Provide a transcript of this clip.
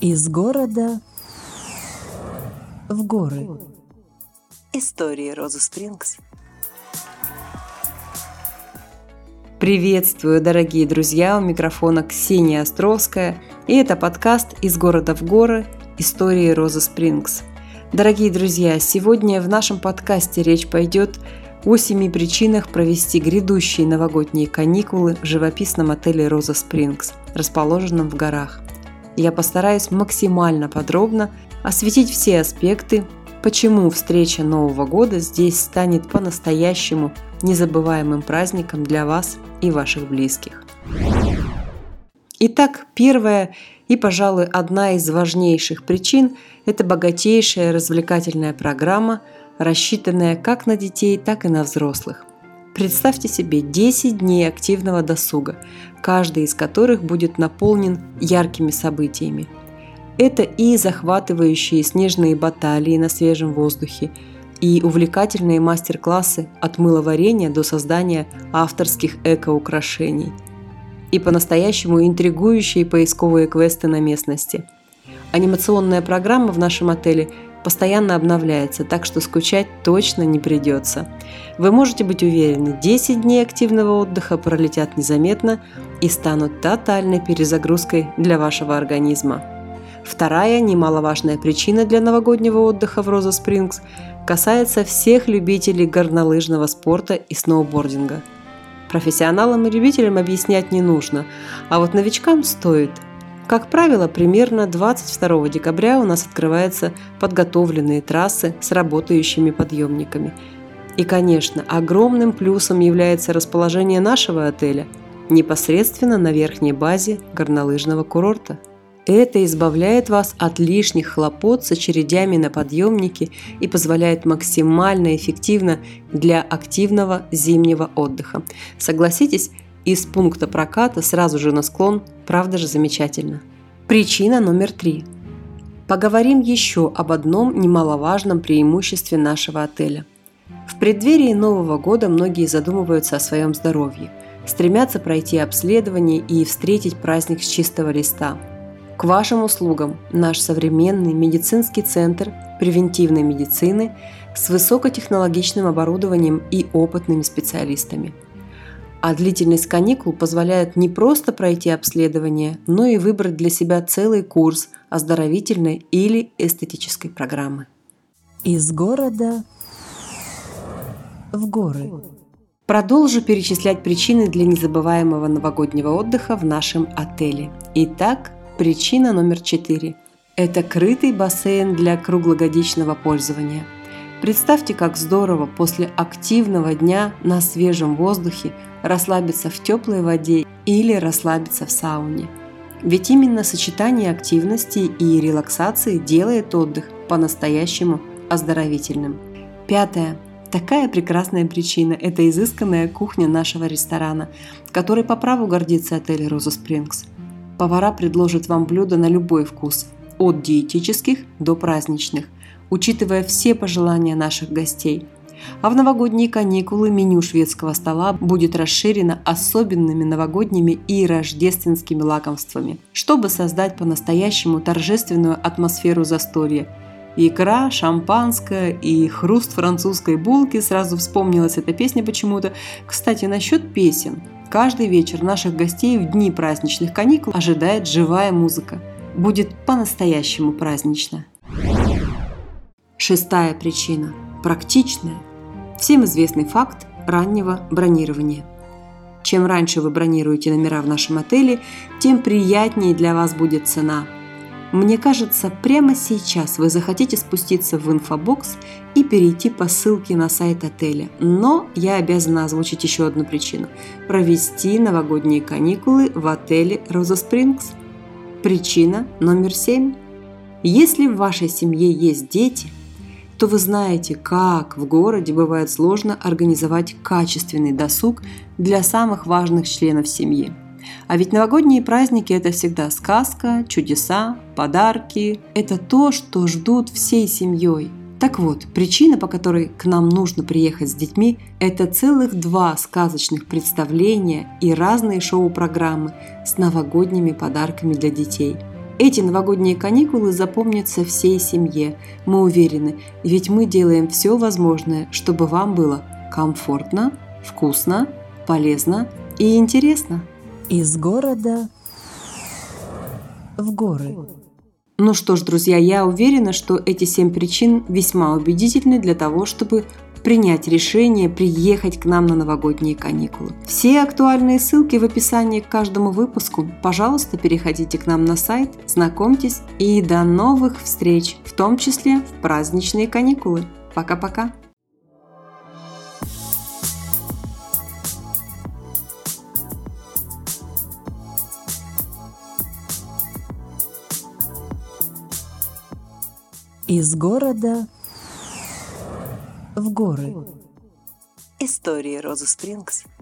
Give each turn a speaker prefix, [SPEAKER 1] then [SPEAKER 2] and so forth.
[SPEAKER 1] Из города в горы. Истории Розы Спрингс.
[SPEAKER 2] Приветствую, дорогие друзья! У микрофона Ксения Островская, и это подкаст «Из города в горы. Истории Розы Спрингс». Дорогие друзья, сегодня в нашем подкасте речь пойдет о 7 причинах провести грядущие новогодние каникулы в живописном отеле «Роза Спрингс», расположенном в горах. Я постараюсь максимально подробно осветить все аспекты, почему встреча Нового года здесь станет по-настоящему незабываемым праздником для вас и ваших близких. Итак, первая и, пожалуй, одна из важнейших причин – это богатейшая развлекательная программа, рассчитанная как на детей, так и на взрослых. Представьте себе 10 дней активного досуга, каждый из которых будет наполнен яркими событиями. Это и захватывающие снежные баталии на свежем воздухе, и увлекательные мастер-классы от мыловарения до создания авторских эко-украшений, и по-настоящему интригующие поисковые квесты на местности. Анимационная программа в нашем отеле постоянно обновляется, так что скучать точно не придется. Вы можете быть уверены, 10 дней активного отдыха пролетят незаметно и станут тотальной перезагрузкой для вашего организма. Вторая, немаловажная причина для новогоднего отдыха в Роза Спрингс касается всех любителей горнолыжного спорта и сноубординга. Профессионалам и любителям объяснять не нужно, а вот новичкам стоит. Как правило, примерно 22 декабря у нас открываются подготовленные трассы с работающими подъемниками. И, конечно, огромным плюсом является расположение нашего отеля непосредственно на верхней базе горнолыжного курорта. Это избавляет вас от лишних хлопот с очередями на подъемнике и позволяет максимально эффективно для активного зимнего отдыха. Согласитесь, из пункта проката сразу же на склон, правда же замечательно. Причина номер 3. Поговорим еще об одном немаловажном преимуществе нашего отеля. В преддверии Нового года многие задумываются о своем здоровье, стремятся пройти обследование и встретить праздник с чистого листа. К вашим услугам наш современный медицинский центр превентивной медицины с высокотехнологичным оборудованием и опытными специалистами. А длительность каникул позволяет не просто пройти обследование, но и выбрать для себя целый курс оздоровительной или эстетической программы.
[SPEAKER 1] Из города в горы.
[SPEAKER 2] Продолжу перечислять причины для незабываемого новогоднего отдыха в нашем отеле. Итак, причина номер 4 – это крытый бассейн для круглогодичного пользования. Представьте, как здорово после активного дня на свежем воздухе расслабиться в теплой воде или расслабиться в сауне. Ведь именно сочетание активности и релаксации делает отдых по-настоящему оздоровительным. 5. Такая прекрасная причина – это изысканная кухня нашего ресторана, которой по праву гордится отель «Роза Спрингс». Повара предложат вам блюда на любой вкус, от диетических до праздничных, учитывая все пожелания наших гостей. А в новогодние каникулы меню шведского стола будет расширено особенными новогодними и рождественскими лакомствами, чтобы создать по-настоящему торжественную атмосферу застолья. Икра, шампанское и хруст французской булки, сразу вспомнилась эта песня почему-то. Кстати, насчет песен. Каждый вечер наших гостей в дни праздничных каникул ожидает живая музыка. Будет по-настоящему празднично. 6. причина – практичная. Всем известный факт раннего бронирования. Чем раньше вы бронируете номера в нашем отеле, тем приятнее для вас будет цена. Мне кажется, прямо сейчас вы захотите спуститься в инфобокс и перейти по ссылке на сайт отеля. Но я обязана озвучить еще одну причину – провести новогодние каникулы в отеле «Роза Спрингс». Причина номер 7. Если в вашей семье есть дети, то вы знаете, как в городе бывает сложно организовать качественный досуг для самых важных членов семьи. А ведь новогодние праздники – это всегда сказка, чудеса, подарки. Это то, что ждут всей семьей. Так вот, причина, по которой к нам нужно приехать с детьми – это целых 2 сказочных представления и разные шоу-программы с новогодними подарками для детей. Эти новогодние каникулы запомнятся всей семье, мы уверены, ведь мы делаем все возможное, чтобы вам было комфортно, вкусно, полезно и интересно.
[SPEAKER 1] Из города в горы.
[SPEAKER 2] Ну что ж, друзья, я уверена, что эти 7 причин весьма убедительны для того, чтобы принять решение приехать к нам на новогодние каникулы. Все актуальные ссылки в описании к каждому выпуску. Пожалуйста, переходите к нам на сайт, знакомьтесь и до новых встреч, в том числе в праздничные каникулы. Пока-пока!
[SPEAKER 1] Из города в горы. Истории Розы Спрингс.